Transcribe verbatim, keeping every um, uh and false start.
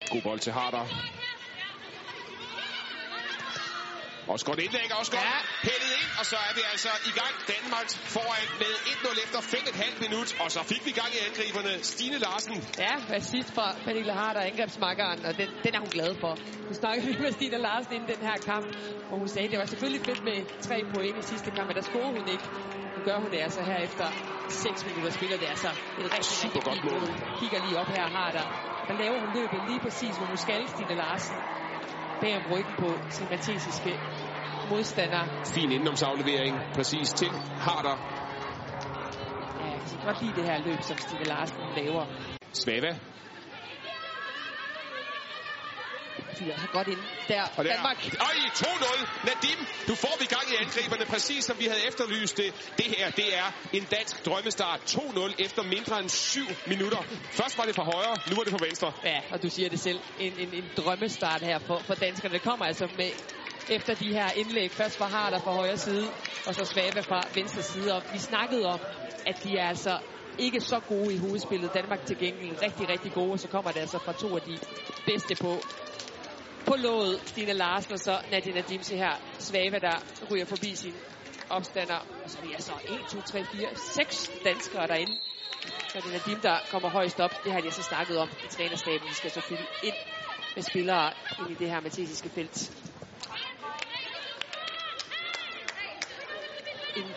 God bold til Harder. Også godt indlæg, også godt ja. Hældet ind, og så er vi altså i gang. Danmark foran med et nul efter fem komma fem minut, og så fik vi gang i angriberne. Stine Larsen. Ja, assist fra Pernille Harder, angrebsmakkeren, og den, den er hun glad for. Nu snakkede vi med Stine Larsen inden den her kamp, og hun sagde, at det var selvfølgelig fedt med tre point i sidste kamp, men der scorede hun ikke. Nu gør hun det altså her efter seks minutter spiller. Det er altså et rigtig, super godt mål. Kigger lige op her, Harder. Der laver hun løbet lige præcis, hvor hun skal, Stine Larsen. Bag om ryggen på sin maltesiske modstander. Fin indenomsaflevering, præcis til Harder. Ja, jeg kan godt lide det her løb, som Stine Larsen laver. Svava. De er så godt ind der. Og der. Danmark. Øj, to nul. Nadim, du får vi gang i angriberne, præcis som vi havde efterlyst det. Det her, det er en dansk drømmestart. to nul efter mindre end syv minutter. Først var det fra højre, nu var det fra venstre. Ja, og du siger det selv. En, en, en drømmestart her for, for danskerne. Det kommer altså med efter de her indlæg. Først var Harder fra højre side, og så Svava fra venstre side. Og vi snakkede om, at de er altså ikke så gode i hovedspillet. Danmark til gengæld rigtig, rigtig gode, og så kommer det altså fra to af de bedste på. På låget, Stine Larsen, og så Nadia Nadim, se her, Svava, der ryger forbi sin opstander. Og så er vi altså en, to, tre, fire, seks danskere derinde. Nadia Nadim, der kommer højst op. Det har de altså snakket om i trænerstaben. De skal selvfølgelig ind med spillere ind i det her maltesiske felt.